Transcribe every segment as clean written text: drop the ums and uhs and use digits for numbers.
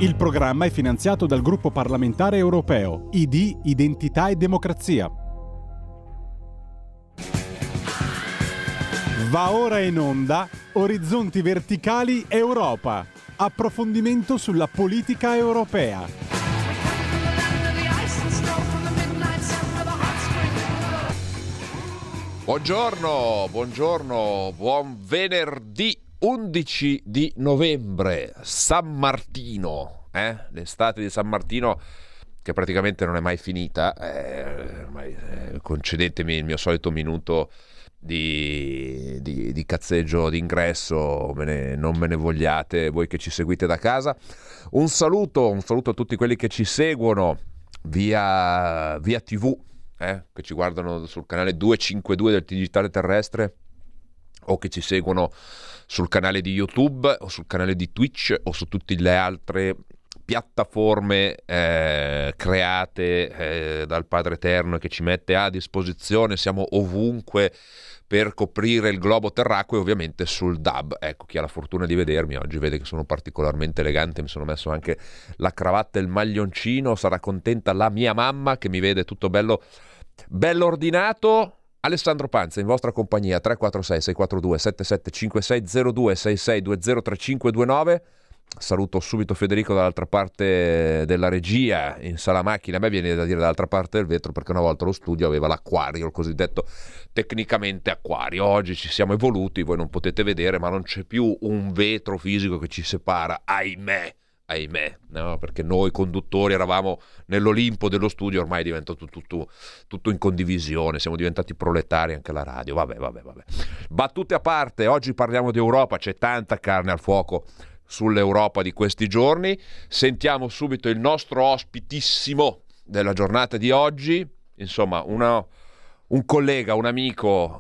Il programma è finanziato dal gruppo parlamentare europeo ID Identità e Democrazia. Va ora in onda Orizzonti Verticali Europa. Approfondimento sulla politica europea. Buongiorno, buon venerdì 11 di novembre, San Martino, l'estate di San Martino che praticamente non è mai finita, concedetemi il mio solito minuto di cazzeggio d'ingresso, non me ne vogliate voi che ci seguite da casa. Un saluto a tutti quelli che ci seguono via TV, che ci guardano sul canale 252 del digitale terrestre, o che ci seguono sul canale di YouTube o sul canale di Twitch o su tutte le altre piattaforme create dal Padre Eterno, che ci mette a disposizione. Siamo ovunque per coprire il globo terracqueo, e ovviamente sul DAB. Ecco, chi ha la fortuna di vedermi oggi vede che sono particolarmente elegante, mi sono messo anche la cravatta e il maglioncino, sarà contenta la mia mamma che mi vede tutto bello ordinato. Alessandro Panza in vostra compagnia, 346 642 7756 02 66 20 3529. Saluto subito Federico dall'altra parte della regia in sala macchina. A me viene da dire dall'altra parte del vetro, perché una volta lo studio aveva l'acquario, il cosiddetto tecnicamente acquario. Oggi ci siamo evoluti, voi non potete vedere, ma non c'è più un vetro fisico che ci separa, ahimè, no? Perché noi conduttori eravamo nell'Olimpo dello studio, ormai è diventato tutto in condivisione, siamo diventati proletari anche alla radio. Vabbè. Battute a parte, oggi parliamo di Europa, c'è tanta carne al fuoco sull'Europa di questi giorni. Sentiamo subito il nostro ospitissimo della giornata di oggi, insomma un collega, un amico,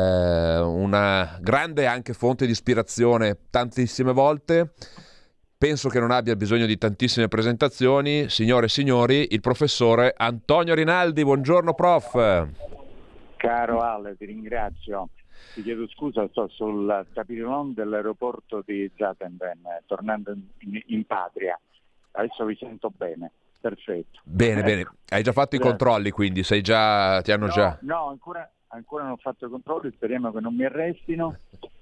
una grande anche fonte di ispirazione tantissime volte. Penso che non abbia bisogno di tantissime presentazioni. Signore e signori, il professore Antonio Rinaldi. Buongiorno prof. Caro Ale, ti ringrazio. Ti chiedo scusa, sto sul tapirulon dell'aeroporto di Zaventem, tornando in patria. Adesso vi sento bene, perfetto. Bene. Hai già fatto i controlli, quindi ti hanno già... No, ancora non ho fatto i controlli, speriamo che non mi arrestino.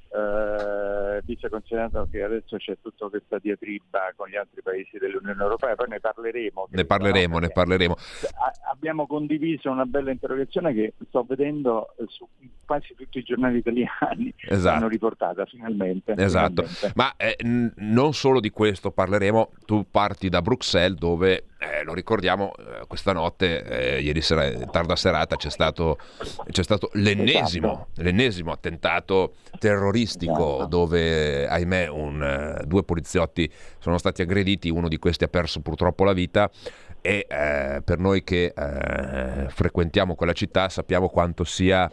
Visto considerato che adesso c'è tutta questa diatriba con gli altri paesi dell'Unione Europea, poi ne parleremo. Ne parleremo. Abbiamo condiviso una bella interrogazione che sto vedendo su quasi tutti i giornali italiani. Esatto. Hanno riportata finalmente. Ma non solo di questo parleremo. Tu parti da Bruxelles, dove lo ricordiamo, questa notte, ieri sera, tarda serata, c'è stato l'ennesimo attentato terroristico, esatto, dove ahimè due poliziotti sono stati aggrediti, uno di questi ha perso purtroppo la vita, e per noi che frequentiamo quella città sappiamo quanto sia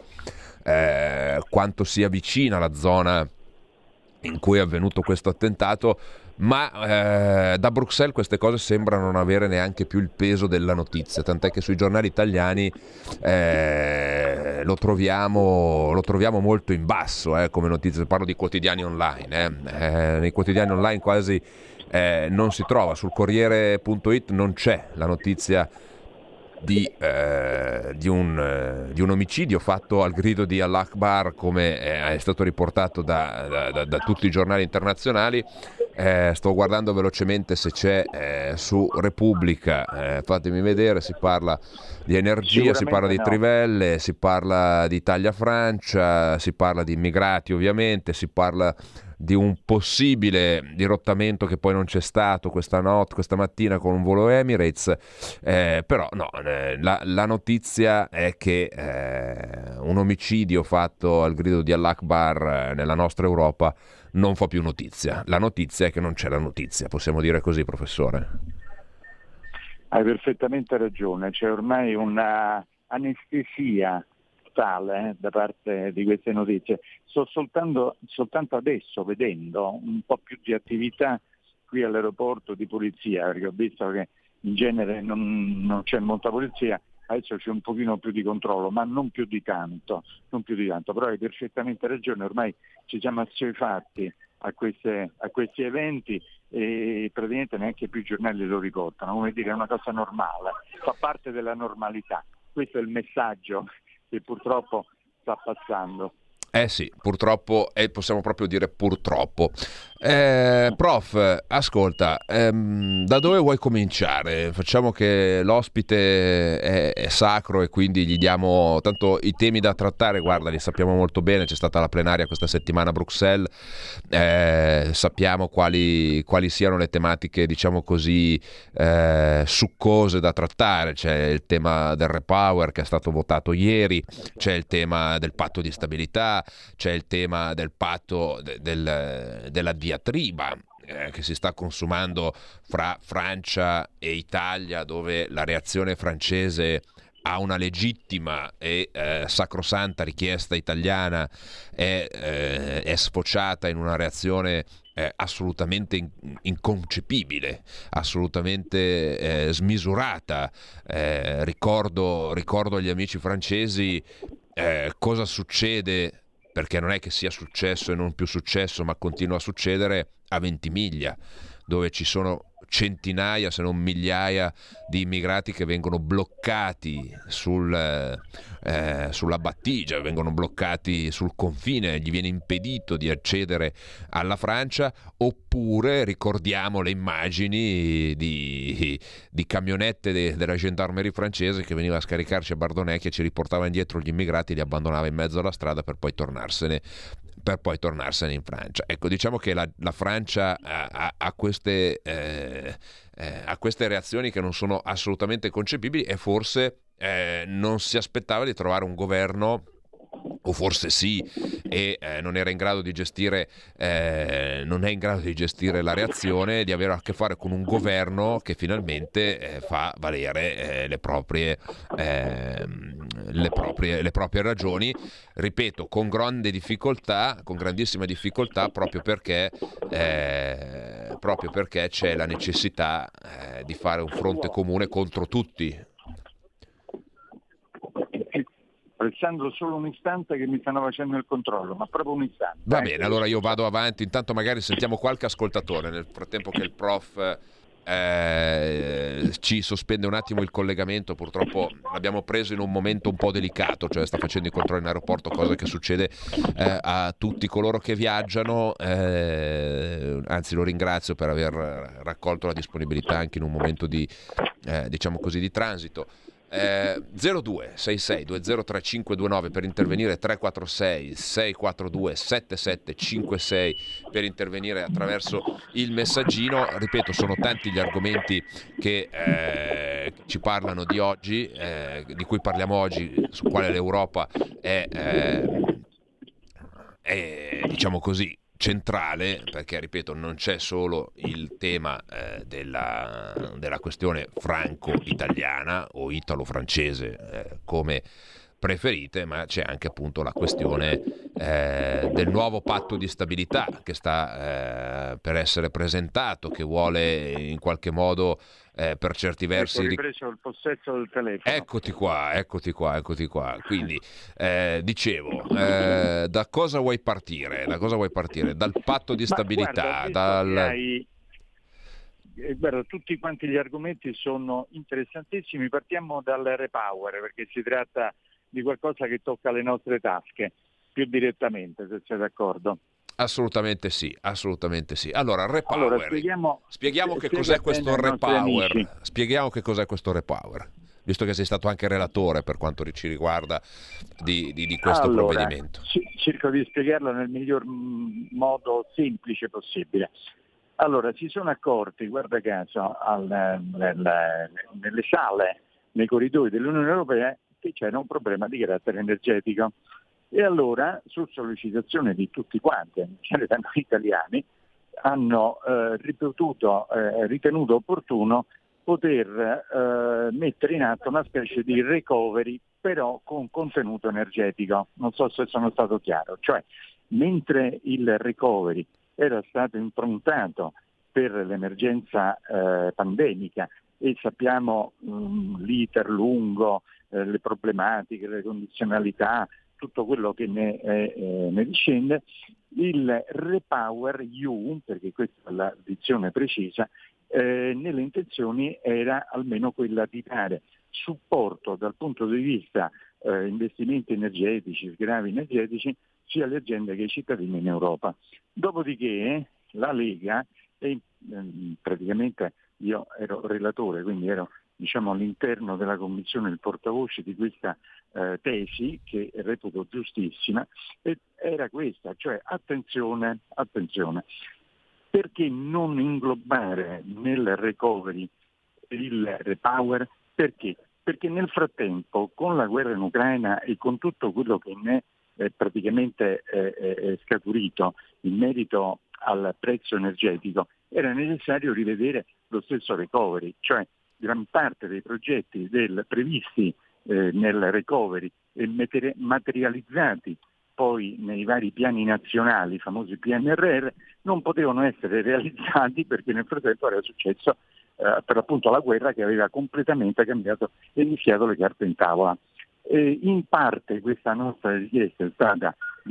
vicina la zona in cui è avvenuto questo attentato. Ma da Bruxelles queste cose sembrano non avere neanche più il peso della notizia, tant'è che sui giornali italiani lo troviamo molto in basso come notizia. Parlo di quotidiani online, nei quotidiani online quasi non si trova. Sul Corriere.it non c'è la notizia di un omicidio fatto al grido di Allah Akbar, come è stato riportato da tutti i giornali internazionali. Sto guardando velocemente se c'è su Repubblica, fatemi vedere. Si parla di energia, si parla di trivelle, si parla di Italia-Francia, si parla di immigrati ovviamente, si parla di un possibile dirottamento che poi non c'è stato questa mattina con un volo Emirates, però no, la notizia è che un omicidio fatto al grido di Allah Akbar nella nostra Europa non fa più notizia. La notizia è che non c'è la notizia, possiamo dire così, professore? Hai perfettamente ragione, c'è ormai una anestesia totale da parte di queste notizie. Sto soltanto adesso vedendo un po' più di attività qui all'aeroporto di polizia, perché ho visto che in genere non c'è molta polizia, adesso c'è un pochino più di controllo, ma non più di tanto, però hai perfettamente ragione, ormai ci siamo assuefatti a questi eventi e praticamente neanche più i giornali lo riportano, come dire, è una cosa normale, fa parte della normalità. Questo è il messaggio che purtroppo sta passando. Eh sì, purtroppo, e possiamo proprio dire purtroppo. Prof, ascolta, da dove vuoi cominciare? Facciamo che l'ospite è sacro e quindi gli diamo, tanto i temi da trattare, guarda, li sappiamo molto bene, c'è stata la plenaria questa settimana a Bruxelles, sappiamo quali siano le tematiche, diciamo così, succose da trattare. C'è il tema del Repower che è stato votato ieri, c'è il tema del patto di stabilità, c'è il tema del patto della diatriba che si sta consumando fra Francia e Italia, dove la reazione francese a una legittima e sacrosanta richiesta italiana è sfociata in una reazione assolutamente inconcepibile, assolutamente smisurata. Ricordo agli amici francesi cosa succede, perché non è che sia successo e non più successo, ma continua a succedere a Ventimiglia, dove ci sono centinaia, se non migliaia, di immigrati che vengono bloccati sulla battigia, vengono bloccati sul confine, gli viene impedito di accedere alla Francia. Oppure ricordiamo le immagini di camionette della gendarmerie francese che veniva a scaricarci a Bardonecchia, ci riportava indietro gli immigrati, li abbandonava in mezzo alla strada per poi tornarsene in Francia. Ecco, diciamo che la Francia ha queste reazioni che non sono assolutamente concepibili, e forse non si aspettava di trovare un governo, o forse sì, e non era in grado di gestire non è in grado di gestire la reazione, di avere a che fare con un governo che finalmente fa valere le proprie ragioni, ripeto, con grandissima difficoltà, proprio perché c'è la necessità di fare un fronte comune contro tutti. Alessandro, solo un istante che mi stanno facendo il controllo, ma proprio un istante. Va bene, allora io vado avanti, intanto magari sentiamo qualche ascoltatore, nel frattempo che il prof ci sospende un attimo il collegamento. Purtroppo l'abbiamo preso in un momento un po' delicato, cioè sta facendo i controlli in aeroporto, cosa che succede a tutti coloro che viaggiano, anzi lo ringrazio per aver raccolto la disponibilità anche in un momento di diciamo così di transito. 0266 203529 per intervenire, 346 642 7756 per intervenire attraverso il messaggino. Ripeto, sono tanti gli argomenti che ci parlano di oggi, di cui parliamo oggi, su quale l'Europa è diciamo così centrale, perché ripeto, non c'è solo il tema della questione franco-italiana o italo-francese, come preferite, ma c'è anche appunto la questione del nuovo patto di stabilità che sta per essere presentato, che vuole in qualche modo per certi versi... Ecco, ripreso il possesso del telefono. Eccoti qua. Quindi, dicevo, da cosa vuoi partire? Dal patto di stabilità? Guarda, tutti quanti gli argomenti sono interessantissimi. Partiamo dal Repower, perché si tratta di qualcosa che tocca le nostre tasche più direttamente, se sei d'accordo. Assolutamente sì. Allora, Repower. Allora, spieghiamo che cos'è questo Repower. Spieghiamo che cos'è questo Repower, visto che sei stato anche relatore per quanto ci riguarda di questo provvedimento. Cerco di spiegarlo nel miglior modo semplice possibile. Allora, si sono accorti, guarda caso, nelle sale, nei corridoi dell'Unione Europea, che c'era un problema di carattere energetico. E allora, su sollecitazione di tutti quanti, in genere da noi italiani, hanno ritenuto opportuno poter mettere in atto una specie di recovery, però con contenuto energetico. Non so se sono stato chiaro. Cioè, mentre il recovery era stato improntato per l'emergenza pandemica, e sappiamo l'iter lungo, le problematiche, le condizionalità, tutto quello che ne discende, il Repower EU, perché questa è la dizione precisa, nelle intenzioni era almeno quella di dare supporto dal punto di vista investimenti energetici, sgravi energetici, sia alle aziende che ai cittadini in Europa. Dopodiché la Lega, praticamente io ero relatore, quindi ero all'interno della commissione il portavoce di questa tesi, che reputo giustissima, e era questa, cioè attenzione, perché non inglobare nel recovery il Repower? Perché? Perché nel frattempo, con la guerra in Ucraina e con tutto quello che ne è praticamente scaturito in merito al prezzo energetico, era necessario rivedere lo stesso recovery, cioè gran parte dei progetti previsti nel recovery e materializzati poi nei vari piani nazionali, i famosi PNRR, non potevano essere realizzati perché nel frattempo era successo per l'appunto la guerra, che aveva completamente cambiato e mischiato le carte in tavola. In parte questa nostra richiesta è stata,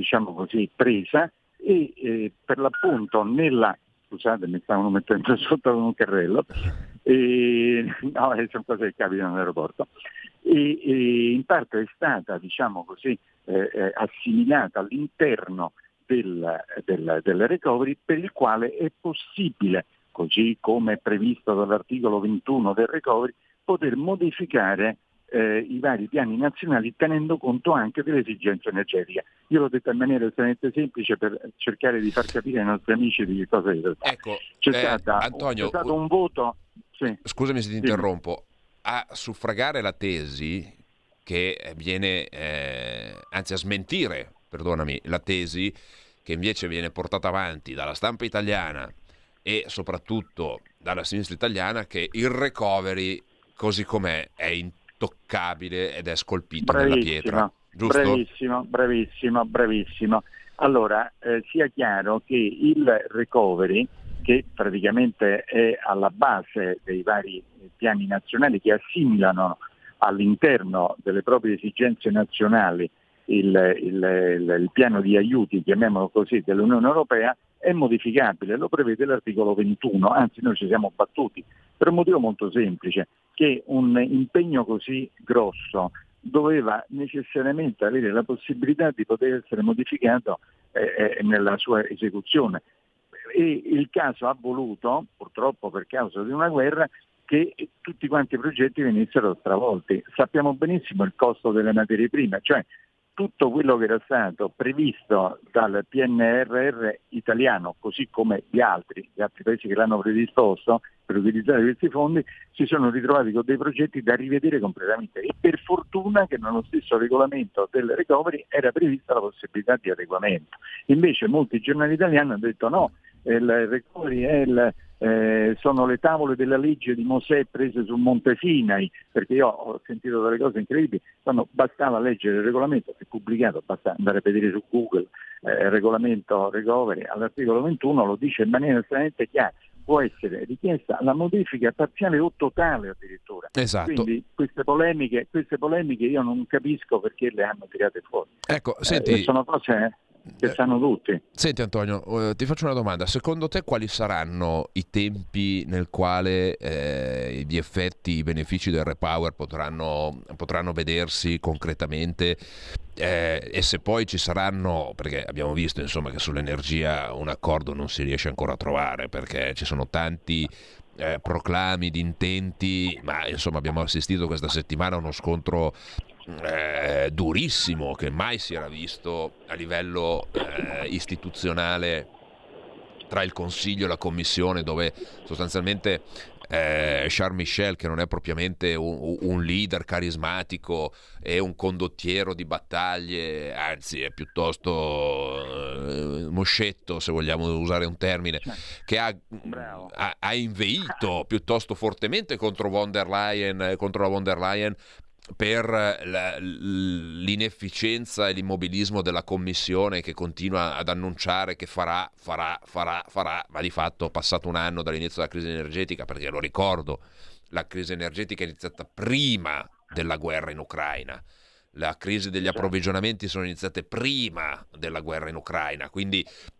presa e per l'appunto scusate, mi stavano mettendo sotto un carrello, no, sono cose che capitano all'aeroporto, e in parte è stata, assimilata all'interno del recovery, per il quale è possibile, così come previsto dall'articolo 21 del recovery, poter modificare i vari piani nazionali tenendo conto anche delle esigenze energetiche. Io l'ho detto in maniera estremamente semplice per cercare di far capire ai nostri amici di che cosa si tratta. Ecco, Antonio, c'è stato un voto. Sì. Scusami se ti interrompo. A suffragare la tesi che viene, anzi a smentire, perdonami, la tesi che invece viene portata avanti dalla stampa italiana e soprattutto dalla sinistra italiana, che il recovery così com'è è intoccabile ed è scolpito nella pietra. Giusto? Bravissimo. Allora, sia chiaro che il recovery, che praticamente è alla base dei vari piani nazionali che assimilano all'interno delle proprie esigenze nazionali il piano di aiuti, chiamiamolo così, dell'Unione Europea, è modificabile, lo prevede l'articolo 21, anzi noi ci siamo battuti per un motivo molto semplice, che un impegno così grosso doveva necessariamente avere la possibilità di poter essere modificato nella sua esecuzione. E il caso ha voluto, purtroppo per causa di una guerra, che tutti quanti i progetti venissero stravolti. Sappiamo benissimo il costo delle materie prime, cioè tutto quello che era stato previsto dal PNRR italiano, così come gli altri paesi che l'hanno predisposto per utilizzare questi fondi, si sono ritrovati con dei progetti da rivedere completamente, e per fortuna che nello stesso regolamento del recovery era prevista la possibilità di adeguamento. Invece molti giornali italiani hanno detto no, il recovery sono le tavole della legge di Mosè prese sul Monte Sinai, perché io ho sentito delle cose incredibili, quando bastava leggere il regolamento, che è pubblicato, basta andare a vedere su Google, il regolamento recovery all'articolo 21 lo dice in maniera estremamente chiara, può essere richiesta la modifica parziale o totale addirittura. Esatto. Quindi queste polemiche io non capisco perché le hanno tirate fuori. Ecco, senti, sono cose che sanno tutti. Senti Antonio, ti faccio una domanda. Secondo te quali saranno i tempi nel quale gli effetti, i benefici del Repower potranno vedersi concretamente, e se poi ci saranno, perché abbiamo visto insomma che sull'energia un accordo non si riesce ancora a trovare, perché ci sono tanti proclami di intenti, ma insomma abbiamo assistito questa settimana a uno scontro durissimo che mai si era visto a livello istituzionale tra il Consiglio e la Commissione, dove sostanzialmente Charles Michel, che non è propriamente un leader carismatico e un condottiero di battaglie, anzi è piuttosto moscetto, se vogliamo usare un termine, che ha inveito piuttosto fortemente contro la von der Leyen per l'inefficienza e l'immobilismo della Commissione, che continua ad annunciare che farà, ma di fatto passato un anno dall'inizio della crisi energetica, perché lo ricordo, la crisi energetica è iniziata prima della guerra in Ucraina. la crisi degli approvvigionamenti sono iniziate prima della guerra in Ucraina, quindi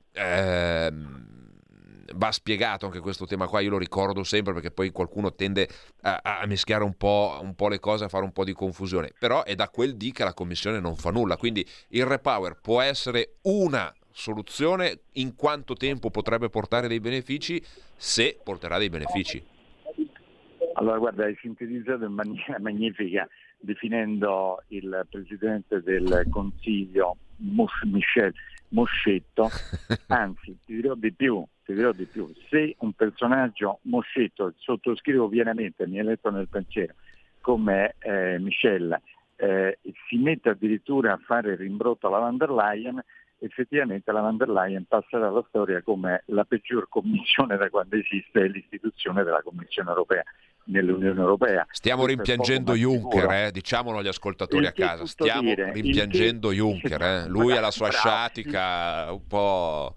va spiegato anche questo tema qua. Io lo ricordo sempre perché poi qualcuno tende a mischiare un po' le cose, a fare un po' di confusione, però è da quel dì che la Commissione non fa nulla, quindi il Repower può essere una soluzione. In quanto tempo potrebbe portare dei benefici, se porterà dei benefici? Allora guarda, hai sintetizzato in maniera magnifica definendo il Presidente del Consiglio Michel Moscetto, anzi ti dirò di più, se un personaggio Moscetto, sottoscrivo pienamente, mi hai letto nel pensiero, come Michel, si mette addirittura a fare il rimbrotto alla von der Leyen, effettivamente la von der Leyen passerà alla storia come la peggior commissione da quando esiste l'istituzione della Commissione europea nell'Unione Europea. Stiamo rimpiangendo Juncker, diciamolo agli ascoltatori a casa, stiamo rimpiangendo Juncker, lui ha la sua sciatica un po',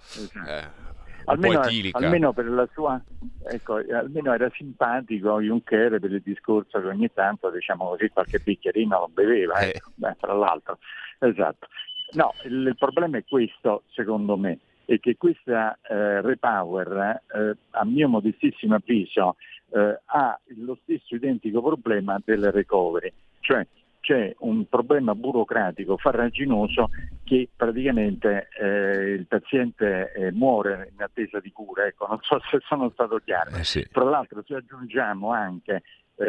un po' etilica. Almeno per la sua, ecco, almeno era simpatico Juncker per il discorso che ogni tanto, diciamo così, qualche bicchierino lo beveva, tra l'altro. Esatto. No, il problema è questo, secondo me, è che questa Repower, a mio modestissimo avviso, ha lo stesso identico problema del recovery, cioè c'è un problema burocratico farraginoso che praticamente il paziente muore in attesa di cura, ecco, non so se sono stato chiaro. Sì. Tra l'altro se aggiungiamo anche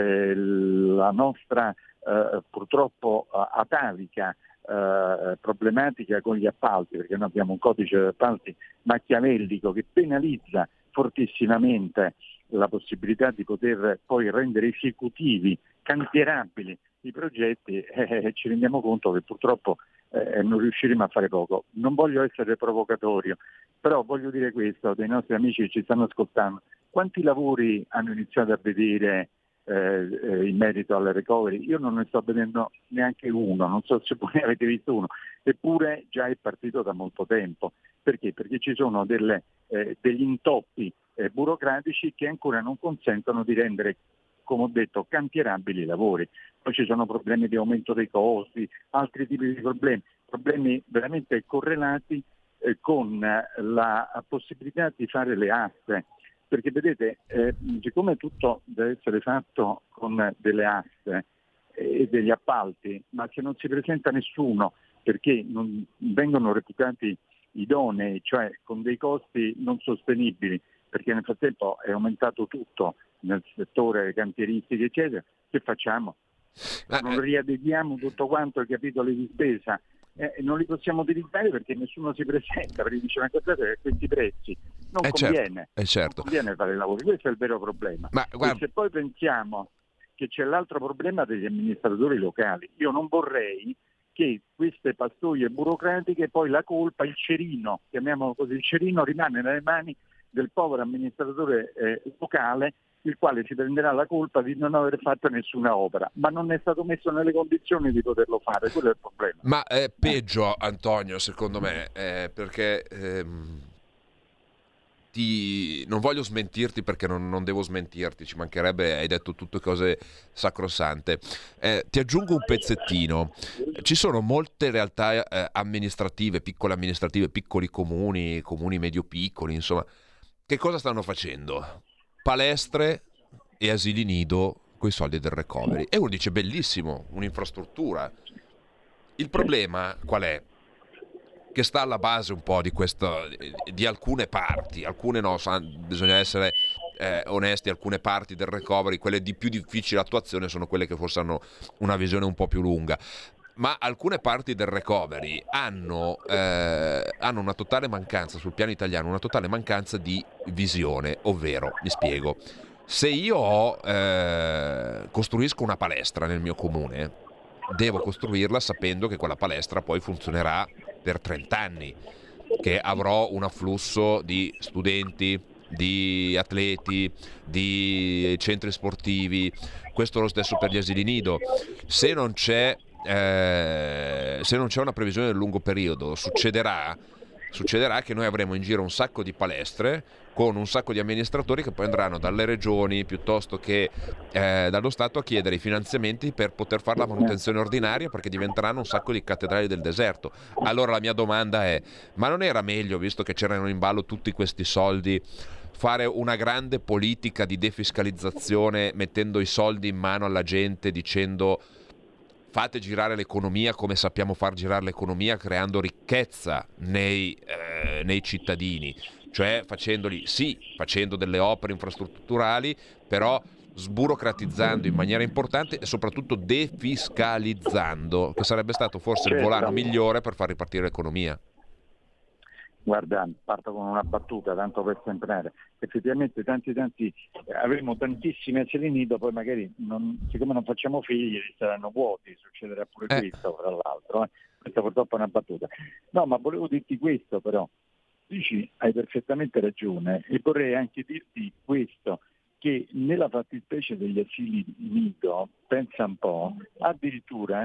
la nostra purtroppo atavica problematica con gli appalti, perché noi abbiamo un codice di appalti machiavellico che penalizza fortissimamente la possibilità di poter poi rendere esecutivi, cantierabili i progetti, ci rendiamo conto che purtroppo non riusciremo a fare poco. Non voglio essere provocatorio, però voglio dire questo, dei nostri amici che ci stanno ascoltando: quanti lavori hanno iniziato a vedere in merito alle recovery? Io non ne sto vedendo neanche uno, non so se voi ne avete visto uno, eppure già è partito da molto tempo. Perché? Perché ci sono degli intoppi burocratici che ancora non consentono di rendere, come ho detto, cantierabili i lavori. Poi ci sono problemi di aumento dei costi, altri tipi di problemi veramente correlati con la possibilità di fare le aste. Perché vedete, siccome tutto deve essere fatto con delle aste e degli appalti, ma se non si presenta nessuno perché non vengono reputati idonei, cioè con dei costi non sostenibili, perché nel frattempo è aumentato tutto nel settore cantieristico eccetera, che facciamo? Non riadeguiamo tutto quanto ai capitoli di spesa, non li possiamo utilizzare perché nessuno si presenta, perché dice: ma guardate che a questi prezzi non conviene, certo. Non conviene fare i lavori. Questo è il vero problema. E se poi pensiamo che c'è l'altro problema degli amministratori locali, io non vorrei che queste pastoie burocratiche, poi la colpa, il cerino, chiamiamolo così, il cerino rimane nelle mani del povero amministratore locale, il quale si prenderà la colpa di non aver fatto nessuna opera, ma non è stato messo nelle condizioni di poterlo fare, quello è il problema. Ma è peggio, Antonio, secondo me, perché non voglio smentirti, perché non devo smentirti, ci mancherebbe, hai detto tutte cose sacrosante. Ti aggiungo un pezzettino: ci sono molte realtà amministrative, piccoli comuni medio-piccoli, insomma, che cosa stanno facendo? Palestre e asili nido coi soldi del recovery. E uno dice: bellissimo, un'infrastruttura. Il problema qual è? Che sta alla base un po' di questo, di alcune parti, alcune no, bisogna essere onesti, alcune parti del recovery, quelle di più difficile attuazione, sono quelle che forse hanno una visione un po' più lunga. Ma alcune parti del recovery hanno una totale mancanza, sul piano italiano, una totale mancanza di visione, ovvero, mi spiego, se io costruisco una palestra nel mio comune, devo costruirla sapendo che quella palestra poi funzionerà per 30 anni, che avrò un afflusso di studenti, di atleti, di centri sportivi. Questo è lo stesso per gli asili nido. Se non c'è una previsione del lungo periodo, succederà succederà che noi avremo in giro un sacco di palestre con un sacco di amministratori che poi andranno dalle regioni piuttosto che dallo Stato a chiedere i finanziamenti per poter fare la manutenzione ordinaria, perché diventeranno un sacco di cattedrali del deserto. Allora la mia domanda è: ma non era meglio, visto che c'erano in ballo tutti questi soldi, fare una grande politica di defiscalizzazione, mettendo i soldi in mano alla gente, dicendo fate girare l'economia come sappiamo far girare l'economia, creando ricchezza nei cittadini, cioè facendo delle opere infrastrutturali, però sburocratizzando in maniera importante e soprattutto defiscalizzando, che sarebbe stato forse il volano migliore per far ripartire l'economia. Guarda, parto con una battuta, tanto per sembrare. Effettivamente avremo tantissimi asili nido, poi magari siccome non facciamo figli saranno vuoti, succederà pure questo, tra l'altro. Questa purtroppo è una battuta. No, ma volevo dirti questo però. Hai perfettamente ragione, e vorrei anche dirti questo, che nella fattispecie degli asili nido, pensa un po', addirittura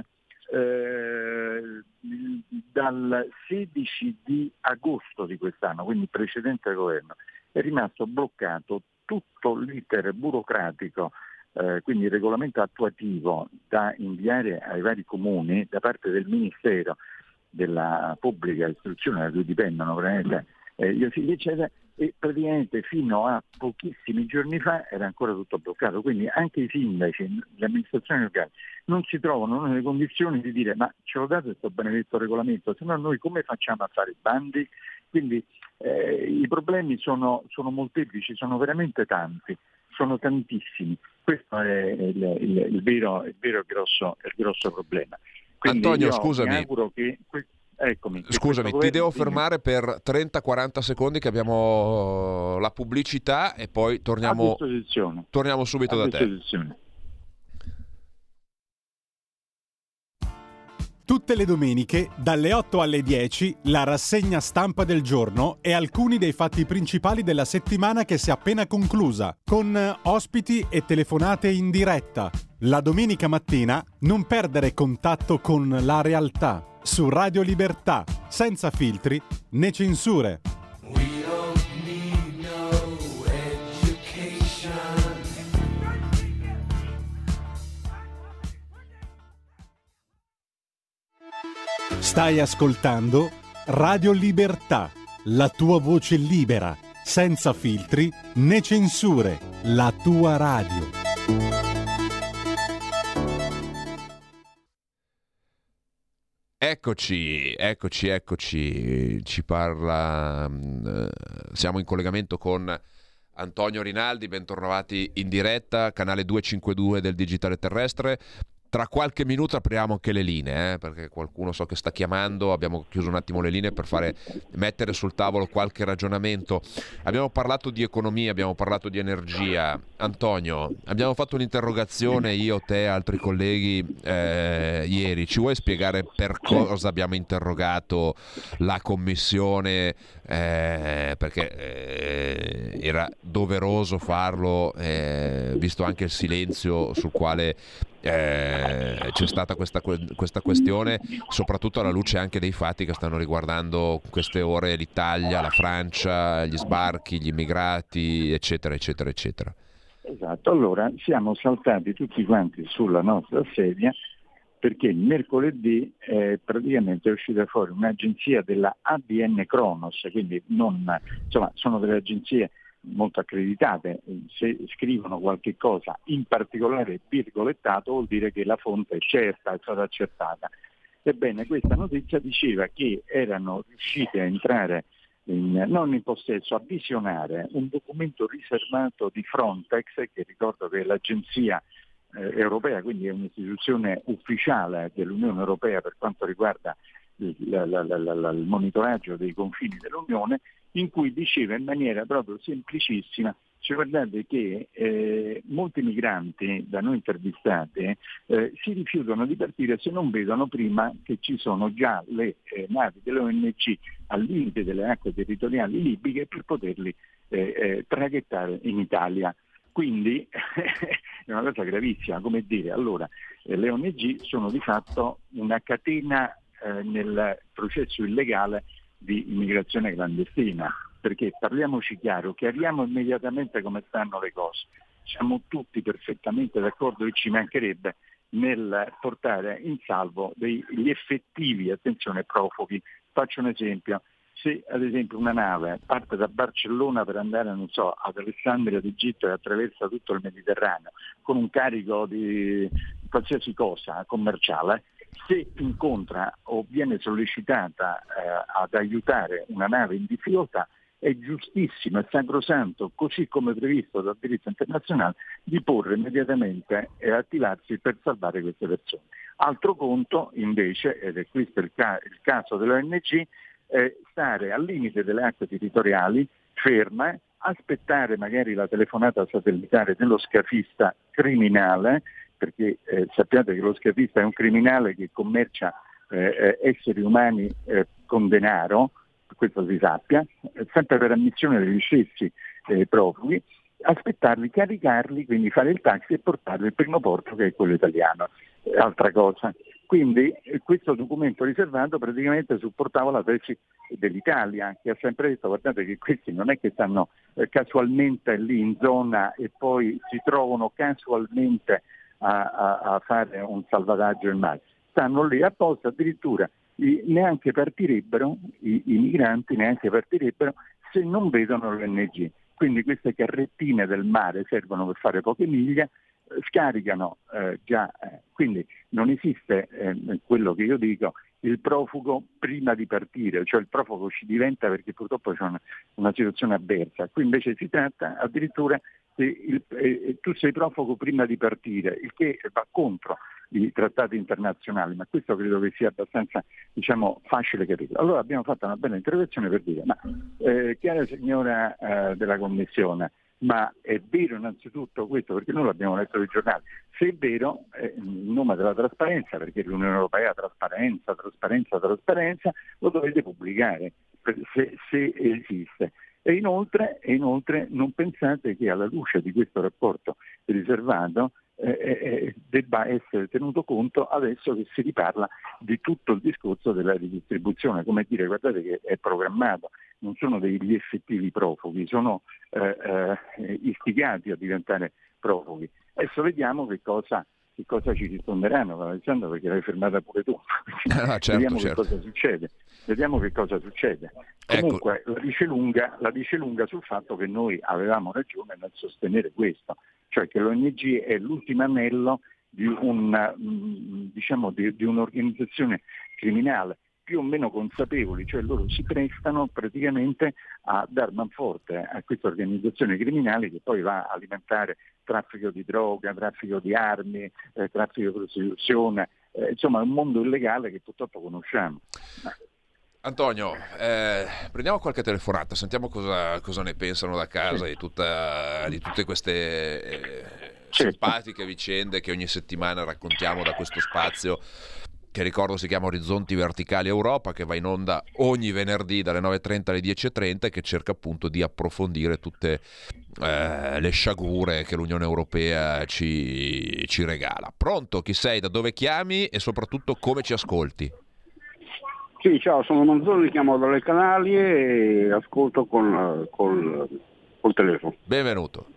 dal 16 di agosto di quest'anno, quindi precedente al governo, è rimasto bloccato tutto l'iter burocratico, quindi il regolamento attuativo da inviare ai vari comuni da parte del Ministero della Pubblica Istruzione, da cui dipendono veramente gli asili eccetera, e praticamente fino a pochissimi giorni fa era ancora tutto bloccato, quindi anche i sindaci, le amministrazioni locali non si trovano nelle condizioni di dire ma ce lo date questo benedetto regolamento, se no noi come facciamo a fare i bandi? Quindi i problemi sono molteplici, sono veramente tanti, sono tantissimi, questo è il vero grosso problema. Quindi Antonio, io scusami. mi auguro che Scusami, ti devo fermare per 30-40 secondi che abbiamo la pubblicità e poi torniamo subito da te. Tutte le domeniche, dalle 8 alle 10, la rassegna stampa del giorno e alcuni dei fatti principali della settimana che si è appena conclusa, con ospiti e telefonate in diretta. La domenica mattina non perdere contatto con la realtà. Su Radio Libertà, senza filtri né censure. Stai ascoltando Radio Libertà, la tua voce libera, senza filtri né censure, la tua radio. Eccoci, ci parla, siamo in collegamento con Antonio Rinaldi, bentornati in diretta, canale 252 del Digitale Terrestre. Tra qualche minuto apriamo anche le linee, perché qualcuno so che sta chiamando, abbiamo chiuso un attimo le linee per mettere sul tavolo qualche ragionamento. Abbiamo parlato di economia, abbiamo parlato di energia. Antonio, abbiamo fatto un'interrogazione, io, te, altri colleghi, ieri. Ci vuoi spiegare per cosa abbiamo interrogato la commissione? Perché era doveroso farlo, visto anche il silenzio sul quale c'è stata questa questione, soprattutto alla luce anche dei fatti che stanno riguardando queste ore l'Italia, la Francia, gli sbarchi, gli immigrati, eccetera eccetera eccetera. Esatto, allora siamo saltati tutti quanti sulla nostra sedia perché mercoledì praticamente è uscita fuori un'agenzia della ADN Kronos, quindi sono delle agenzie molto accreditate, se scrivono qualche cosa in particolare virgolettato vuol dire che la fonte è certa, è stata accertata. Ebbene, questa notizia diceva che erano riusciti a entrare non in possesso, a visionare un documento riservato di Frontex, che ricordo che è l'agenzia europea, quindi è un'istituzione ufficiale dell'Unione Europea per quanto riguarda il monitoraggio dei confini dell'Unione, in cui diceva in maniera proprio semplicissima, cioè guardate che molti migranti da noi intervistati si rifiutano di partire se non vedono prima che ci sono già le navi dell'ONG al limite delle acque territoriali libiche per poterli traghettare in Italia. Quindi è una cosa gravissima, come dire, allora le ONG sono di fatto una catena nel processo illegale di immigrazione clandestina, perché parliamoci chiaro, chiariamo immediatamente come stanno le cose. Siamo tutti perfettamente d'accordo, e ci mancherebbe, nel portare in salvo gli effettivi, attenzione, profughi. Faccio un esempio: se ad esempio una nave parte da Barcellona per andare, non so, ad Alessandria d'Egitto e attraversa tutto il Mediterraneo con un carico di qualsiasi cosa commerciale, se incontra o viene sollecitata ad aiutare una nave in difficoltà, è giustissimo, è sacrosanto, così come previsto dal diritto internazionale, di porre immediatamente e attivarsi per salvare queste persone. Altro conto invece, ed è questo il caso dell'ONG, stare al limite delle acque territoriali, ferma, aspettare magari la telefonata satellitare dello scafista criminale, perché sappiate che lo scafista è un criminale che commercia esseri umani con denaro, questo si sappia, sempre per ammissione degli stessi profughi, aspettarli, caricarli, quindi fare il taxi e portarli al primo porto, che è quello italiano. Altra cosa. Quindi questo documento riservato praticamente supportava la tesi dell'Italia, che ha sempre detto: guardate che questi non è che stanno casualmente lì in zona e poi si trovano casualmente a fare un salvataggio in mare, stanno lì apposta, addirittura neanche partirebbero, i migranti neanche partirebbero se non vedono l'ONG. Quindi queste carrettine del mare servono per fare poche miglia, scaricano già, quindi non esiste quello che io dico, il profugo prima di partire, cioè il profugo ci diventa perché purtroppo c'è una situazione avversa. Qui invece si tratta addirittura tu sei profugo prima di partire, il che va contro i trattati internazionali, ma questo credo che sia abbastanza, facile capire. Allora abbiamo fatto una bella interrogazione per dire: ma cara signora della Commissione, ma è vero innanzitutto questo? Perché noi l'abbiamo letto sui giornali. Se è vero, in nome della trasparenza, perché l'Unione Europea trasparenza, lo dovete pubblicare se esiste. E inoltre non pensate che alla luce di questo rapporto riservato debba essere tenuto conto adesso che si riparla di tutto il discorso della ridistribuzione, come dire: guardate che è programmato, non sono degli effettivi profughi, sono istigati a diventare profughi. Adesso vediamo che cosa ci risponderanno, Alessandro, perché l'hai fermata pure tu. Certo, vediamo certo. che cosa succede. Comunque la dice lunga sul fatto che noi avevamo ragione nel sostenere questo, cioè che l'ONG è l'ultimo anello di un'organizzazione criminale, più o meno consapevoli, cioè loro si prestano praticamente a dar manforte a questa organizzazione criminale che poi va a alimentare traffico di droga, traffico di armi, traffico di prostituzione, insomma è un mondo illegale che purtroppo conosciamo. Antonio, prendiamo qualche telefonata, sentiamo cosa ne pensano da casa di tutte queste simpatiche vicende che ogni settimana raccontiamo da questo spazio che, ricordo, si chiama Orizzonti Verticali Europa, che va in onda ogni venerdì dalle 9.30 alle 10.30 e che cerca appunto di approfondire tutte le sciagure che l'Unione Europea ci regala. Pronto? Chi sei? Da dove chiami? E soprattutto come ci ascolti? Sì, ciao, sono Manzoni, chiamo dalle Canarie e ascolto col telefono. Benvenuto.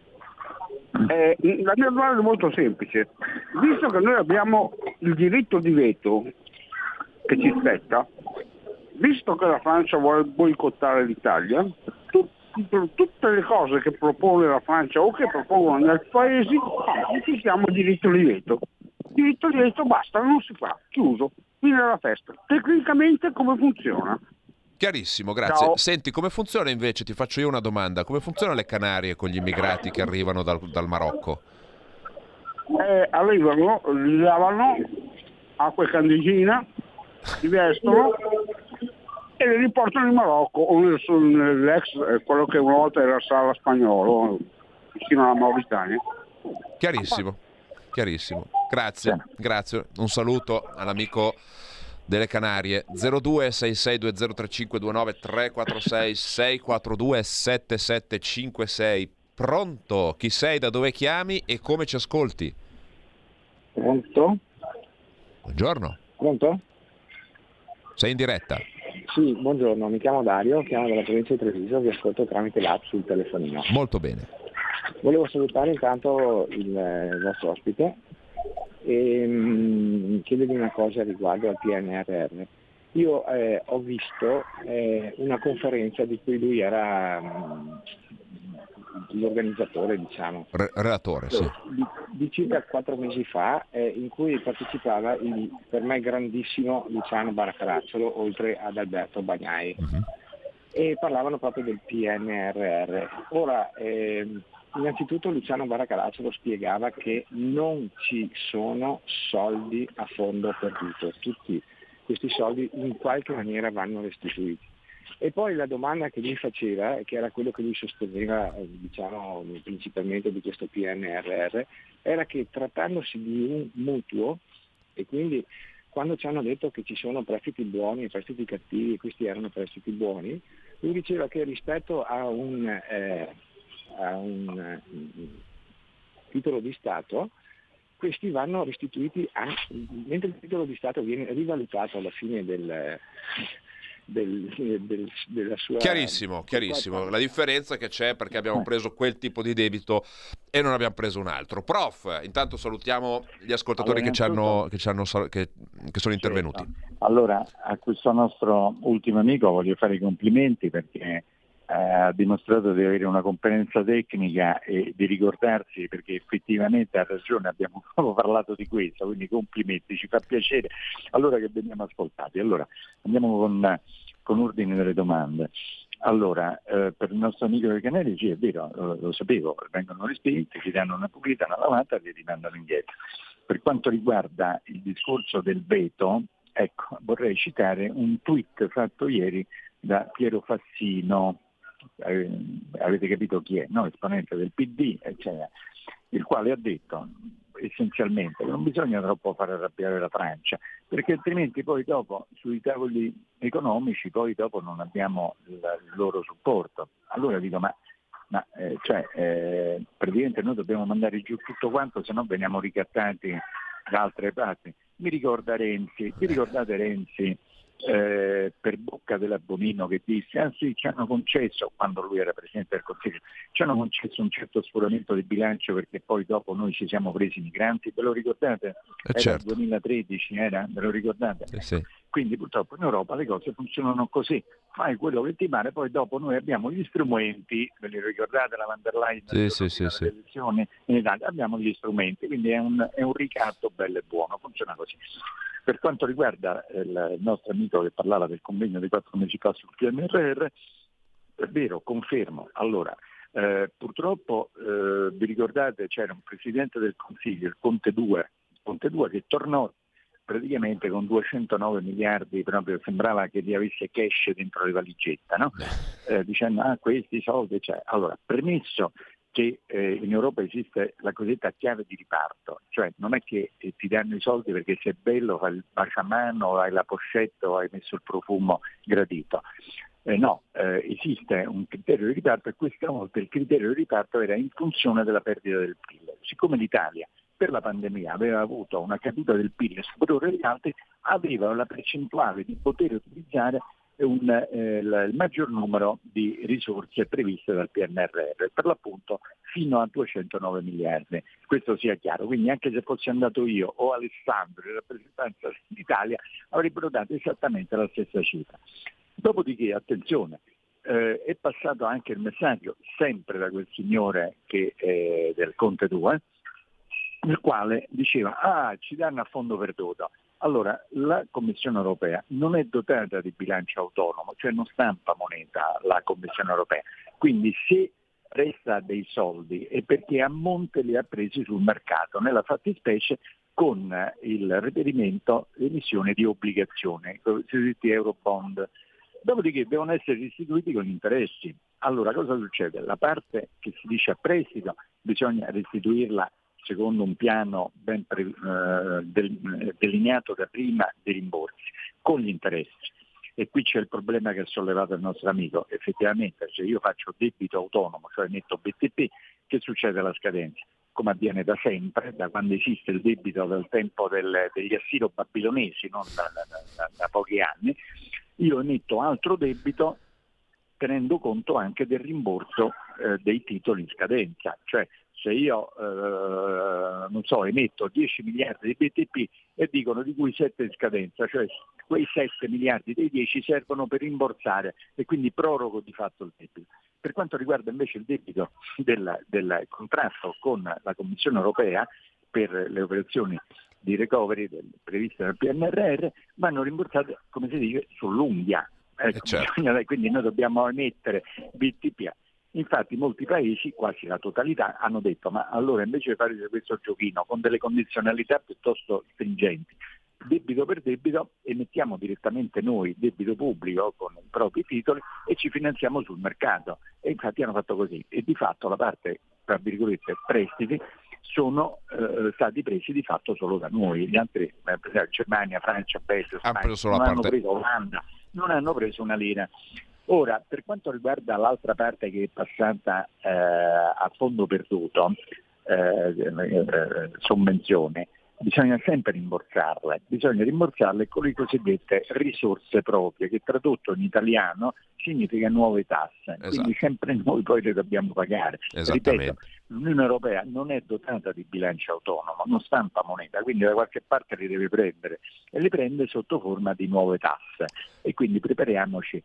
La mia domanda è molto semplice. Visto che noi abbiamo il diritto di veto che ci spetta, visto che la Francia vuole boicottare l'Italia, tutte le cose che propone la Francia o che propongono gli altri paesi, ci siamo il diritto di veto. Il diritto di veto basta, non si fa, chiuso, fine della festa. Tecnicamente come funziona? Chiarissimo, grazie. Ciao. Senti, come funziona invece, ti faccio io una domanda, come funzionano le Canarie con gli immigrati che arrivano dal Marocco? Arrivano, li lavano, acqua e candeggina, li vestono e li riportano in Marocco o nell'ex, quello che una volta era Sala Spagnolo, vicino alla Mauritania. Chiarissimo. Grazie. Un saluto all'amico delle Canarie. 0266203529 346 642 7756. Pronto? Chi sei? Da dove chiami e come ci ascolti? Pronto? Buongiorno. Pronto? Sei in diretta? Sì, buongiorno, mi chiamo Dario, chiamo dalla provincia di Treviso, vi ascolto tramite l'app sul telefonino. Molto bene. Volevo salutare intanto il vostro ospite e chiedergli una cosa riguardo al PNRR. Io ho visto una conferenza di cui lui era l'organizzatore, diciamo. Relatore, sì. Di circa 4 mesi fa, in cui partecipava il per me grandissimo Luciano Baracaracciolo, oltre ad Alberto Bagnai, e parlavano proprio del PNRR. Ora, innanzitutto Luciano Baracaracciolo spiegava che non ci sono soldi a fondo perduto, tutti questi soldi in qualche maniera vanno restituiti. E poi la domanda che lui faceva, che era quello che lui sosteneva diciamo principalmente di questo PNRR, era che trattandosi di un mutuo, e quindi quando ci hanno detto che ci sono prestiti buoni e prestiti cattivi, e questi erano prestiti buoni, lui diceva che rispetto a un titolo di Stato, questi vanno restituiti mentre il titolo di Stato viene rivalutato alla fine della sua... Chiarissimo. La differenza che c'è perché abbiamo preso quel tipo di debito e non abbiamo preso un altro. Prof, intanto salutiamo gli ascoltatori che sono intervenuti. Allora, a questo nostro ultimo amico voglio fare i complimenti perché ha dimostrato di avere una competenza tecnica e di ricordarsi, perché effettivamente ha ragione, abbiamo proprio parlato di questo, quindi complimenti, ci fa piacere allora che veniamo ascoltati. Allora andiamo con ordine delle domande. Allora, per il nostro amico dei Canari, sì, è vero, lo sapevo, vengono respinti, ti danno una pulita, una lavata e li rimandano indietro. Per quanto riguarda il discorso del veto, ecco, vorrei citare un tweet fatto ieri da Piero Fassino, avete capito chi è, no? Esponente del PD, eccetera, il quale ha detto essenzialmente che non bisogna troppo far arrabbiare la Francia, perché altrimenti poi dopo sui tavoli economici poi dopo non abbiamo il loro supporto. Allora dico, praticamente noi dobbiamo mandare giù tutto quanto, se no veniamo ricattati da altre parti. Vi ricordate Renzi? Per bocca dell'Abonino che disse sì, ci hanno concesso, quando lui era Presidente del Consiglio, ci hanno concesso un certo sforamento di bilancio perché poi dopo noi ci siamo presi i migranti, ve lo ricordate? Era certo. il 2013, ve lo ricordate? Sì. Quindi purtroppo in Europa le cose funzionano così, fai quello che ti pare, poi dopo noi abbiamo gli strumenti, ve li ricordate la van der Leyen delle elezioni in Italia, abbiamo gli strumenti, quindi è un ricatto bello e buono, funziona così. Per quanto riguarda il nostro amico che parlava del convegno di 4 mesi fa sul PNRR, è vero, confermo. Allora, purtroppo vi ricordate c'era un Presidente del Consiglio, il Conte 2, che tornò praticamente con 209 miliardi, proprio sembrava che li avesse cash dentro le valigette, no? Dicendo questi soldi c'è. Allora, premesso che in Europa esiste la cosiddetta chiave di riparto, cioè non è che ti danno i soldi perché sei bello, fai il baciamano, hai la pochette o hai messo il profumo gradito. Esiste un criterio di riparto e questa volta il criterio di riparto era in funzione della perdita del PIL. Siccome l'Italia per la pandemia aveva avuto una caduta del PIL superiore agli altri, aveva la percentuale di poter utilizzare il maggior numero di risorse previste dal PNRR, per l'appunto fino a 209 miliardi. Questo sia chiaro, quindi anche se fossi andato io o Alessandro in rappresentanza dell'Italia avrebbero dato esattamente la stessa cifra. Dopodiché, attenzione, è passato anche il messaggio, sempre da quel signore del Conte 2, nel quale diceva ci danno a fondo perduto. Allora, la Commissione europea non è dotata di bilancio autonomo, cioè non stampa moneta la Commissione europea, quindi se resta dei soldi è perché a monte li ha presi sul mercato, nella fattispecie con il reperimento emissione di obbligazioni, i cosiddetti Eurobond. Dopodiché devono essere restituiti con gli interessi. Allora cosa succede? La parte che si dice a prestito bisogna restituirla secondo un piano ben delineato da prima dei rimborsi, con gli interessi. E qui c'è il problema che ha sollevato il nostro amico. Effettivamente se io faccio debito autonomo, cioè metto BTP, che succede alla scadenza? Come avviene da sempre, da quando esiste il debito dal tempo degli assiro-babilonesi, non da pochi anni, io emetto altro debito tenendo conto anche del rimborso dei titoli in scadenza, cioè se io emetto 10 miliardi di BTP e dicono di cui 7 in scadenza, cioè quei 7 miliardi dei 10 servono per rimborsare e quindi prorogo di fatto il debito. Per quanto riguarda invece il debito del contratto con la Commissione europea per le operazioni di recovery previste dal PNRR, vanno rimborsate, come si dice, sull'unghia. Ecco, certo. Quindi noi dobbiamo emettere BTP. Infatti molti paesi, quasi la totalità, hanno detto ma allora invece di fare questo giochino con delle condizionalità piuttosto stringenti, debito per debito, emettiamo direttamente noi debito pubblico con i propri titoli e ci finanziamo sul mercato. E infatti hanno fatto così. E di fatto la parte, tra virgolette, prestiti sono stati presi di fatto solo da noi. Gli altri, Germania, Francia, Belgio, Spagna, non hanno preso Olanda, non hanno preso una lira. Ora, per quanto riguarda l'altra parte che è passata a fondo perduto, sovvenzione, bisogna sempre rimborsarle con le cosiddette risorse proprie, che tradotto in italiano significa nuove tasse, esatto. Quindi sempre noi poi le dobbiamo pagare. Ripeto, l'Unione Europea non è dotata di bilancio autonomo, non stampa moneta, quindi da qualche parte li deve prendere e le prende sotto forma di nuove tasse e quindi prepariamoci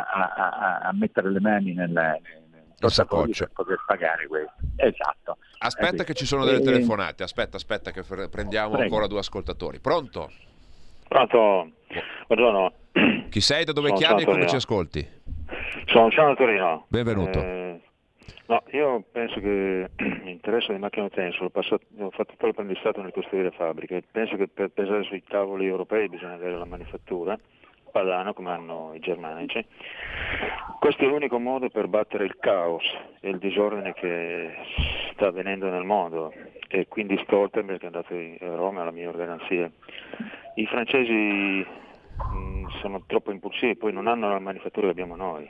a mettere le mani nel portafoglio per poter pagare questo. Esatto. Aspetta che ci sono delle telefonate, aspetta che prendiamo ancora 2 ascoltatori. Pronto? Pronto, buongiorno. Chi sei, da dove chiami e come ci ascolti? Sono Luciano da Torino. Benvenuto. No, io penso che l'interesse di macchine utensili, ho fatto tutto l'apprendistato nel costruire fabbriche, penso che per pesare sui tavoli europei bisogna avere la manifattura, Padano come hanno i germanici. Questo è l'unico modo per battere il caos e il disordine che sta avvenendo nel mondo, e quindi Stoltenberg è andato a Roma alla mia garanzia. I francesi sono troppo impulsivi, poi non hanno la manifattura che abbiamo noi.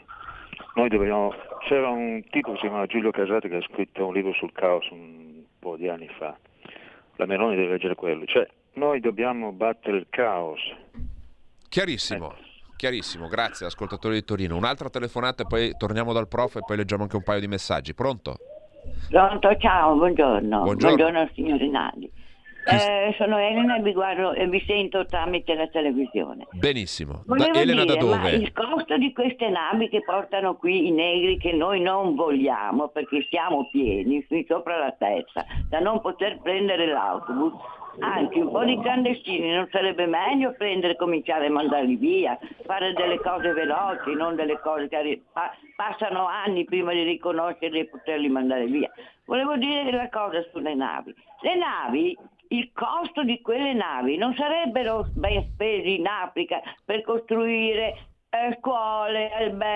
C'era un tipo che si chiama Giulio Casati che ha scritto un libro sul caos un po' di anni fa. La Meloni deve leggere quello. Cioè, noi dobbiamo battere il caos. Chiarissimo, grazie ascoltatore di Torino. Un'altra telefonata e poi torniamo dal prof e poi leggiamo anche un paio di messaggi. Pronto? Pronto, ciao, buongiorno signor Rinaldi. Sono Elena e vi sento tramite la televisione. Benissimo. Elena, da dove? Ma il costo di queste navi che portano qui i negri, che noi non vogliamo perché siamo pieni fin sopra la testa, da non poter prendere l'autobus, anche un po' di clandestini, non sarebbe meglio cominciare a mandarli via, fare delle cose veloci, non delle cose che passano anni prima di riconoscerli e poterli mandare via. Volevo dire una cosa sulle navi. Le navi, il costo di quelle navi non sarebbero ben spesi in Africa per costruire scuole,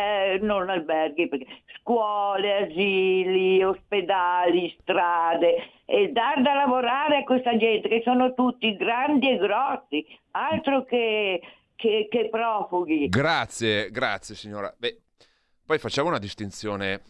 scuole, asili, ospedali, strade, e dar da lavorare a questa gente che sono tutti grandi e grossi, altro che profughi. Grazie signora. Poi facciamo una distinzione.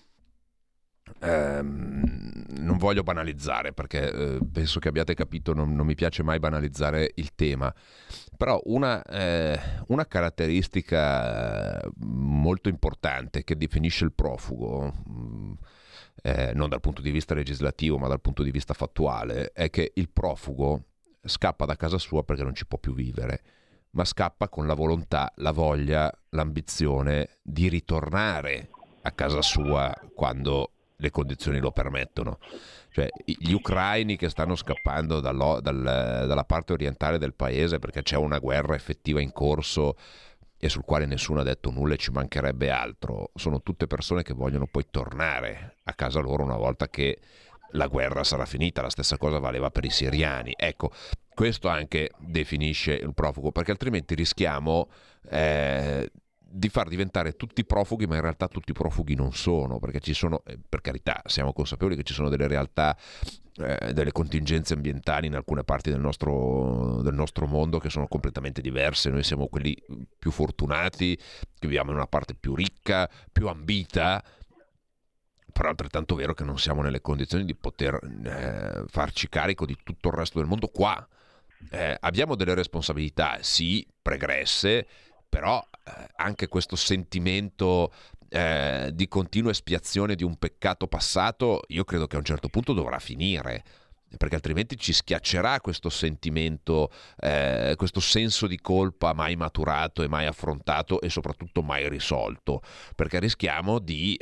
Non voglio banalizzare perché penso che abbiate capito, non mi piace mai banalizzare il tema, però una caratteristica molto importante che definisce il profugo, non dal punto di vista legislativo ma dal punto di vista fattuale, è che il profugo scappa da casa sua perché non ci può più vivere, ma scappa con la volontà, la voglia, l'ambizione di ritornare a casa sua quando le condizioni lo permettono. Cioè gli ucraini che stanno scappando dalla parte orientale del paese perché c'è una guerra effettiva in corso e sul quale nessuno ha detto nulla e ci mancherebbe altro, sono tutte persone che vogliono poi tornare a casa loro una volta che la guerra sarà finita. La stessa cosa valeva per i siriani. Ecco, questo anche definisce il profugo, perché altrimenti rischiamo di far diventare tutti profughi, ma in realtà tutti profughi non sono, perché ci sono, per carità, siamo consapevoli che ci sono delle realtà, delle contingenze ambientali in alcune parti del nostro mondo che sono completamente diverse. Noi siamo quelli più fortunati, che viviamo in una parte più ricca, più ambita, però è altrettanto vero che non siamo nelle condizioni di poter farci carico di tutto il resto del mondo qua. Abbiamo delle responsabilità, sì, pregresse, però anche questo sentimento di continua espiazione di un peccato passato, io credo che a un certo punto dovrà finire, perché altrimenti ci schiaccerà questo sentimento, questo senso di colpa mai maturato e mai affrontato e soprattutto mai risolto, perché rischiamo di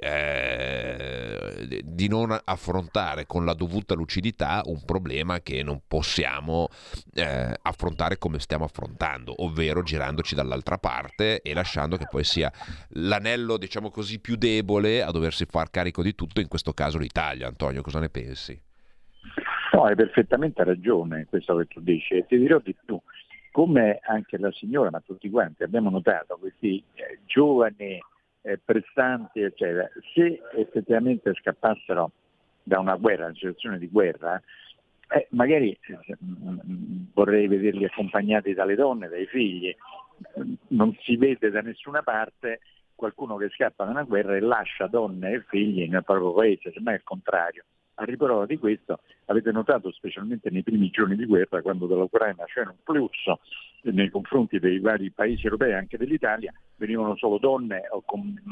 non affrontare con la dovuta lucidità un problema che non possiamo affrontare come stiamo affrontando, ovvero girandoci dall'altra parte e lasciando che poi sia l'anello, diciamo così, più debole a doversi far carico di tutto, in questo caso l'Italia. Antonio, cosa ne pensi? No, hai perfettamente ragione in questo che tu dici, e ti dirò di più, come anche la signora, ma tutti quanti abbiamo notato questi giovani prestanti, eccetera, se effettivamente scappassero da una guerra, una situazione di guerra, magari vorrei vederli accompagnati dalle donne, dai figli. Non si vede da nessuna parte qualcuno che scappa da una guerra e lascia donne e figli nel proprio paese, semmai è il contrario. A riprova di questo, avete notato specialmente nei primi giorni di guerra, quando dall'Ucraina c'era un flusso nei confronti dei vari paesi europei, anche dell'Italia, venivano solo donne o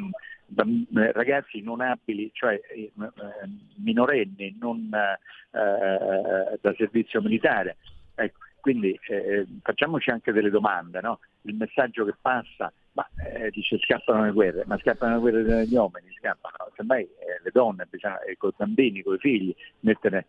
ragazzi non abili, cioè minorenni, non da servizio militare. Ecco, quindi facciamoci anche delle domande, no? Il messaggio che passa, dice scappano le guerre, ma scappano le guerre degli uomini, scappano semmai le donne, bisogna, con i bambini, con i figli, mettere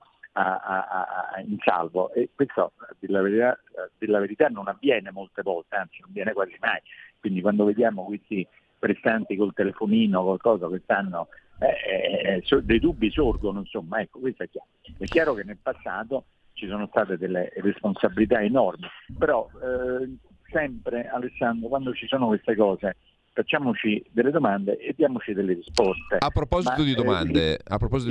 in salvo, e questo della verità non avviene molte volte, anzi non avviene quasi mai. Quindi quando vediamo questi prestanti col telefonino, qualcosa che stanno, dei dubbi sorgono, insomma, ecco, questo è chiaro. È chiaro che nel passato ci sono state delle responsabilità enormi, però sempre, Alessandro, quando ci sono queste cose, facciamoci delle domande e diamoci delle risposte. A proposito di domande,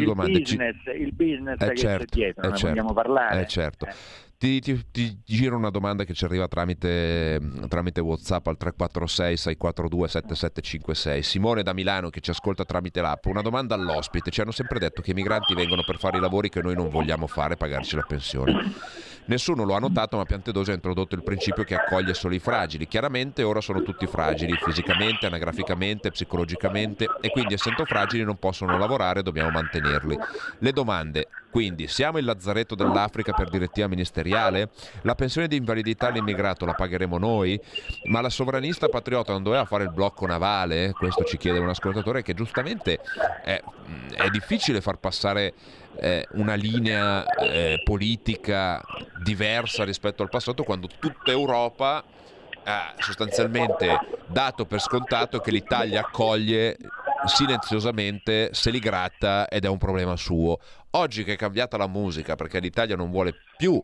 il business che c'è dietro, ne vogliamo parlare? Certo. Ti giro una domanda che ci arriva tramite WhatsApp al 346 642 7756. Simone da Milano, che ci ascolta tramite l'app, una domanda all'ospite: ci hanno sempre detto che i migranti vengono per fare i lavori che noi non vogliamo fare, pagarci la pensione. Nessuno lo ha notato, ma Piantedosi ha introdotto il principio che accoglie solo i fragili. Chiaramente ora sono tutti fragili, fisicamente, anagraficamente, psicologicamente, e quindi essendo fragili non possono lavorare, dobbiamo mantenerli. Le domande: quindi siamo il lazzaretto dell'Africa per direttiva ministeriale? La pensione di invalidità all'immigrato la pagheremo noi? Ma la sovranista patriota non doveva fare il blocco navale? Questo ci chiede un ascoltatore, che giustamente è difficile far passare una linea politica diversa rispetto al passato, quando tutta Europa ha sostanzialmente dato per scontato che l'Italia accoglie silenziosamente, se li gratta, ed è un problema suo. Oggi che è cambiata la musica, perché l'Italia non vuole più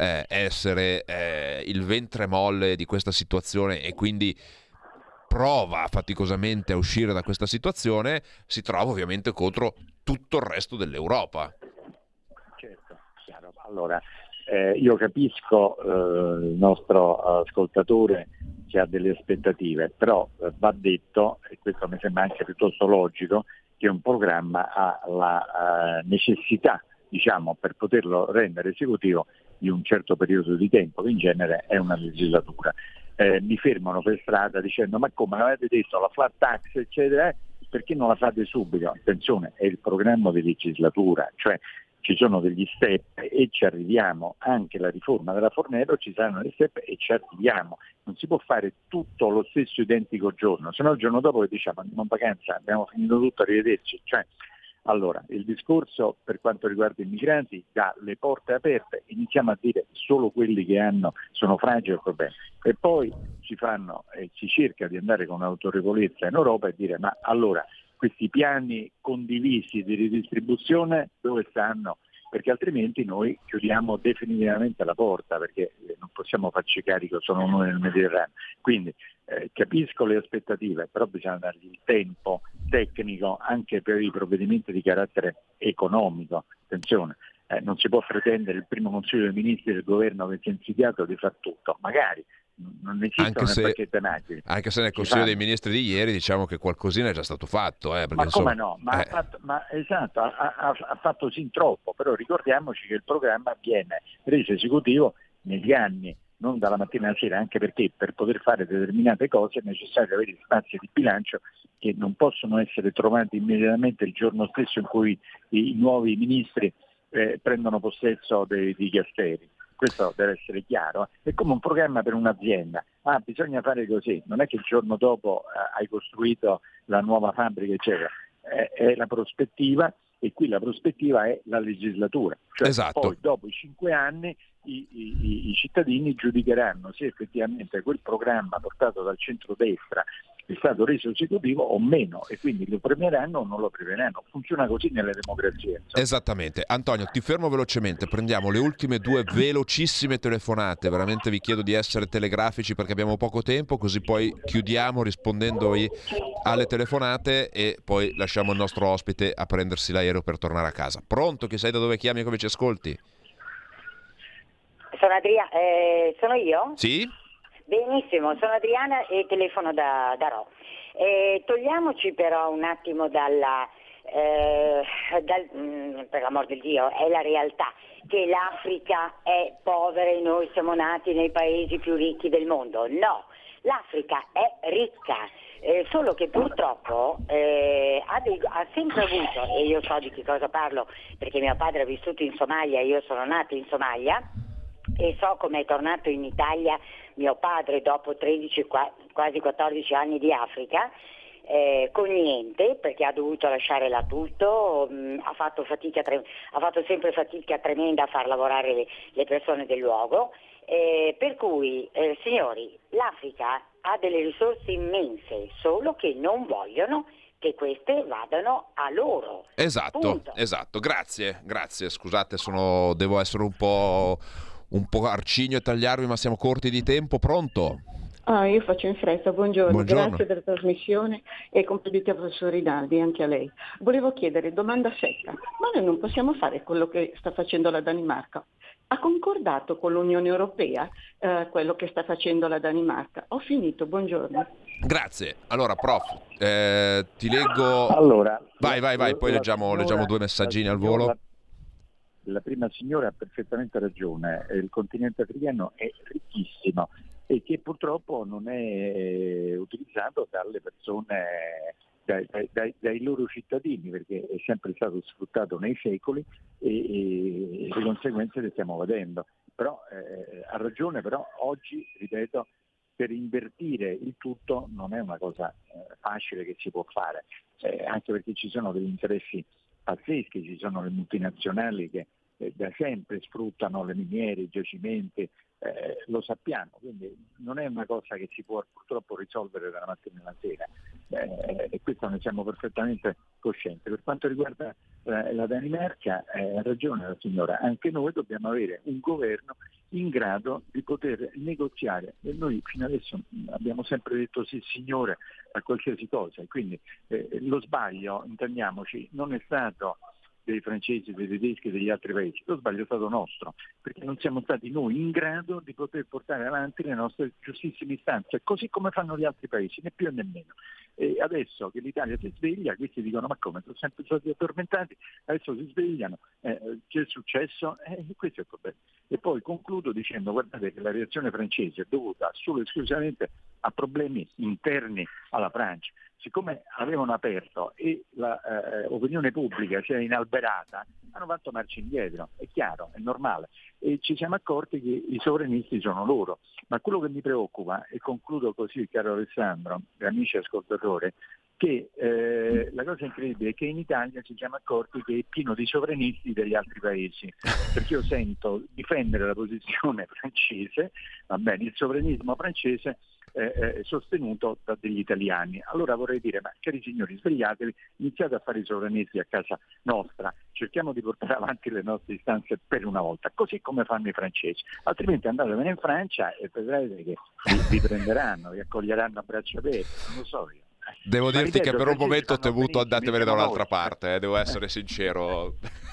essere il ventre molle di questa situazione e quindi prova faticosamente a uscire da questa situazione, si trova ovviamente contro tutto il resto dell'Europa. Certo, chiaro. Allora, io capisco il nostro ascoltatore che ha delle aspettative, però va detto, e questo mi sembra anche piuttosto logico, che un programma ha la necessità, diciamo, per poterlo rendere esecutivo, di un certo periodo di tempo, che in genere è una legislatura. Mi fermano per strada dicendo: ma come avete detto la flat tax eccetera, perché non la fate subito? Attenzione, è il programma di legislatura, cioè ci sono degli step e ci arriviamo. Anche la riforma della Fornero, ci saranno degli step e ci arriviamo. Non si può fare tutto lo stesso identico giorno, se no il giorno dopo che diciamo andiamo in vacanza, abbiamo finito tutto, arrivederci. Cioè, allora, il discorso per quanto riguarda i migranti dà le porte aperte, iniziamo a dire solo quelli che sono fragili al problema, e poi si cerca di andare con autorevolezza in Europa e dire: ma allora questi piani condivisi di ridistribuzione dove stanno? Perché altrimenti noi chiudiamo definitivamente la porta, perché non possiamo farci carico solo noi nel Mediterraneo. Quindi capisco le aspettative, però bisogna dargli il tempo tecnico anche per i provvedimenti di carattere economico. Attenzione, non si può pretendere il primo Consiglio dei Ministri del governo che si è insediato di far tutto, magari non esistono le bacchette magiche. Anche se nel Consiglio dei Ministri di ieri diciamo che qualcosina è già stato fatto. Perché, ma insomma, come no? Esatto, ha fatto sin troppo, però ricordiamoci che il programma viene reso esecutivo negli anni non dalla mattina alla sera, anche perché per poter fare determinate cose è necessario avere spazi di bilancio che non possono essere trovati immediatamente il giorno stesso in cui i nuovi ministri prendono possesso dei dicasteri. Questo deve essere chiaro. È come un programma per un'azienda. Bisogna fare così, non è che il giorno dopo hai costruito la nuova fabbrica, eccetera. È la prospettiva, e qui la prospettiva è la legislatura. Cioè, esatto. Poi dopo i 5 anni i cittadini giudicheranno se effettivamente quel programma portato dal centrodestra è stato reso esecutivo o meno, e quindi lo premieranno o non lo premieranno. Funziona così nelle democrazie. Insomma. Esattamente. Antonio, ti fermo velocemente, prendiamo le ultime 2 velocissime telefonate, veramente vi chiedo di essere telegrafici perché abbiamo poco tempo, così poi chiudiamo rispondendo alle telefonate e poi lasciamo il nostro ospite a prendersi l'aereo per tornare a casa. Pronto? Chi sei, da dove chiami e come ci ascolti? Sono io? Sì? Benissimo, sono Adriana e telefono da Rho. Togliamoci però un attimo per l'amor del Dio, è la realtà che l'Africa è povera e noi siamo nati nei paesi più ricchi del mondo. No, l'Africa è ricca, solo che purtroppo ha sempre avuto, e io so di che cosa parlo perché mio padre ha vissuto in Somalia e io sono nata in Somalia, e so come è tornato in Italia mio padre dopo 13, quasi 14 anni di Africa, con niente, perché ha dovuto lasciare là tutto, ha fatto sempre fatica tremenda a far lavorare le persone del luogo, per cui signori, l'Africa ha delle risorse immense, solo che non vogliono che queste vadano a loro. Esatto, punto. Esatto, grazie, scusate, devo essere un po' arcigno e tagliarvi, ma siamo corti di tempo. Pronto? Io faccio in fretta, buongiorno. Buongiorno. Grazie della trasmissione e complimenti al professor Rinaldi, anche a lei. Volevo chiedere, domanda secca, ma noi non possiamo fare quello che sta facendo la Danimarca? Ha concordato con l'Unione Europea quello che sta facendo la Danimarca? Ho finito, buongiorno. Grazie. Allora, prof, ti leggo... Allora, vai, poi leggiamo 2 messaggini al volo. La prima signora ha perfettamente ragione, il continente africano è ricchissimo e che purtroppo non è utilizzato dalle persone, dai loro cittadini, perché è sempre stato sfruttato nei secoli e le conseguenze le stiamo vedendo. Però ha ragione, però oggi, ripeto, per invertire il tutto non è una cosa facile che si può fare, anche perché ci sono degli interessi pazzeschi, ci sono le multinazionali che da sempre sfruttano le miniere, i giacimenti, lo sappiamo, quindi non è una cosa che si può purtroppo risolvere dalla mattina alla sera, e questo ne siamo perfettamente coscienti. Per quanto riguarda la Danimarca, ha ragione la signora, anche noi dobbiamo avere un governo in grado di poter negoziare, e noi fino adesso abbiamo sempre detto sì signore a qualsiasi cosa, e quindi lo sbaglio, intendiamoci, non è stato dei francesi, dei tedeschi e degli altri paesi, lo sbaglio è stato nostro, perché non siamo stati noi in grado di poter portare avanti le nostre giustissime istanze, così come fanno gli altri paesi, né più né meno. E adesso che l'Italia si sveglia, questi dicono ma come, sono sempre stati addormentati, adesso si svegliano, che è successo? Questo è il problema. E poi concludo dicendo, guardate che la reazione francese è dovuta solo e esclusivamente a problemi interni alla Francia. Siccome avevano aperto e l'opinione pubblica si è inalberata, hanno fatto marcia indietro, è chiaro, è normale, e ci siamo accorti che i sovranisti sono loro. Ma quello che mi preoccupa, e concludo così, caro Alessandro e amici ascoltatori, che la cosa incredibile è che in Italia ci siamo accorti che è pieno di sovranisti degli altri paesi, perché io sento difendere la posizione francese, va bene, il sovranismo francese sostenuto da degli italiani. Allora vorrei dire, ma cari signori, svegliatevi, iniziate a fare i sovranisti a casa nostra, cerchiamo di portare avanti le nostre istanze per una volta, così come fanno i francesi, altrimenti andatevene in Francia e vedrete che vi prenderanno, vi accoglieranno a braccia aperte, non lo so io. Devo dirti che per un momento ho temuto andatevene da un'altra noi. parte, devo essere sincero.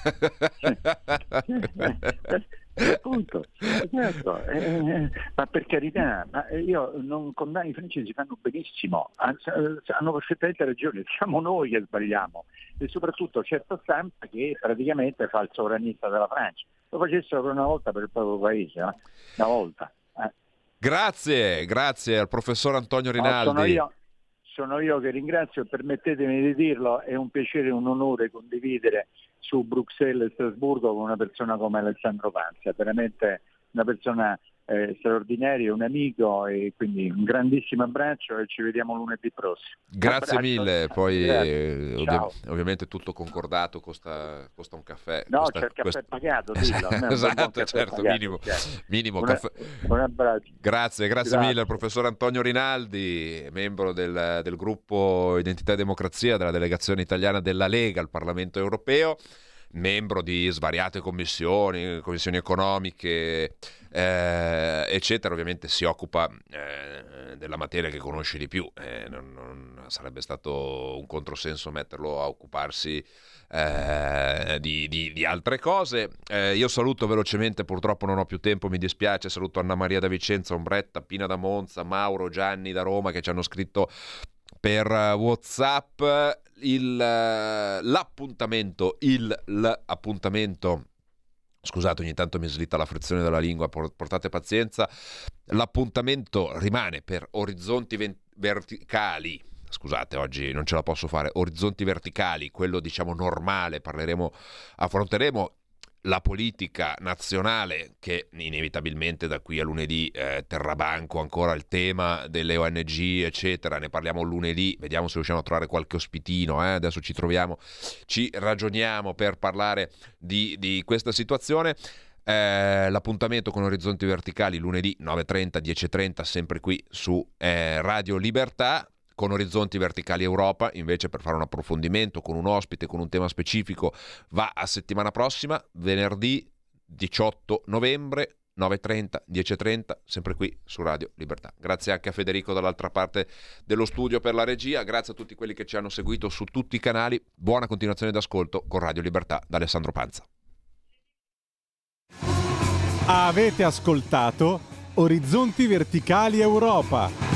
Appunto, certo, ma per carità, ma io non condanno, i francesi fanno benissimo, hanno perfettamente ragione, siamo noi che sbagliamo, e soprattutto certa stampa che praticamente fa il sovranista della Francia. Lo facessero per una volta per il proprio paese, una volta. Grazie al professor Antonio Rinaldi. Sono io che ringrazio, e permettetemi di dirlo, è un piacere e un onore condividere su Bruxelles e Strasburgo con una persona come Alessandro Panza, veramente una persona straordinaria, un amico, e quindi un grandissimo abbraccio e ci vediamo lunedì prossimo. Grazie mille, poi ovviamente tutto concordato, costa un caffè. No, c'è il caffè pagato, dillo. Esatto, certo, pagato, minimo caffè. Un abbraccio. Grazie mille al professor Antonio Rinaldi, membro del gruppo Identità e Democrazia della delegazione italiana della Lega al Parlamento Europeo, membro di svariate commissioni economiche, eccetera. Ovviamente si occupa della materia che conosce di più, non sarebbe stato un controsenso metterlo a occuparsi di altre cose. Io saluto velocemente, purtroppo non ho più tempo, mi dispiace, saluto Anna Maria da Vicenza, Ombretta, Pina da Monza, Mauro, Gianni da Roma che ci hanno scritto per WhatsApp. L'appuntamento, scusate, ogni tanto mi slitta la frizione della lingua, portate pazienza. L'appuntamento rimane per Orizzonti Verticali. Scusate, oggi non ce la posso fare. Orizzonti Verticali, quello diciamo normale, affronteremo la politica nazionale, che inevitabilmente da qui a lunedì terrà banco ancora il tema delle ONG, eccetera. Ne parliamo lunedì, vediamo se riusciamo a trovare qualche ospitino. Adesso ci ragioniamo per parlare di questa situazione. L'appuntamento con Orizzonti Verticali lunedì 9:30, 10:30, sempre qui su Radio Libertà. Con Orizzonti Verticali Europa, invece, per fare un approfondimento con un ospite, con un tema specifico, va a settimana prossima, venerdì 18 novembre, 9:30, 10:30, sempre qui su Radio Libertà. Grazie anche a Federico dall'altra parte dello studio per la regia, grazie a tutti quelli che ci hanno seguito su tutti i canali. Buona continuazione d'ascolto con Radio Libertà da Alessandro Panza. Avete ascoltato Orizzonti Verticali Europa.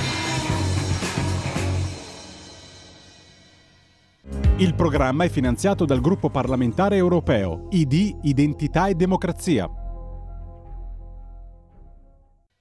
Il programma è finanziato dal gruppo parlamentare europeo ID Identità e Democrazia.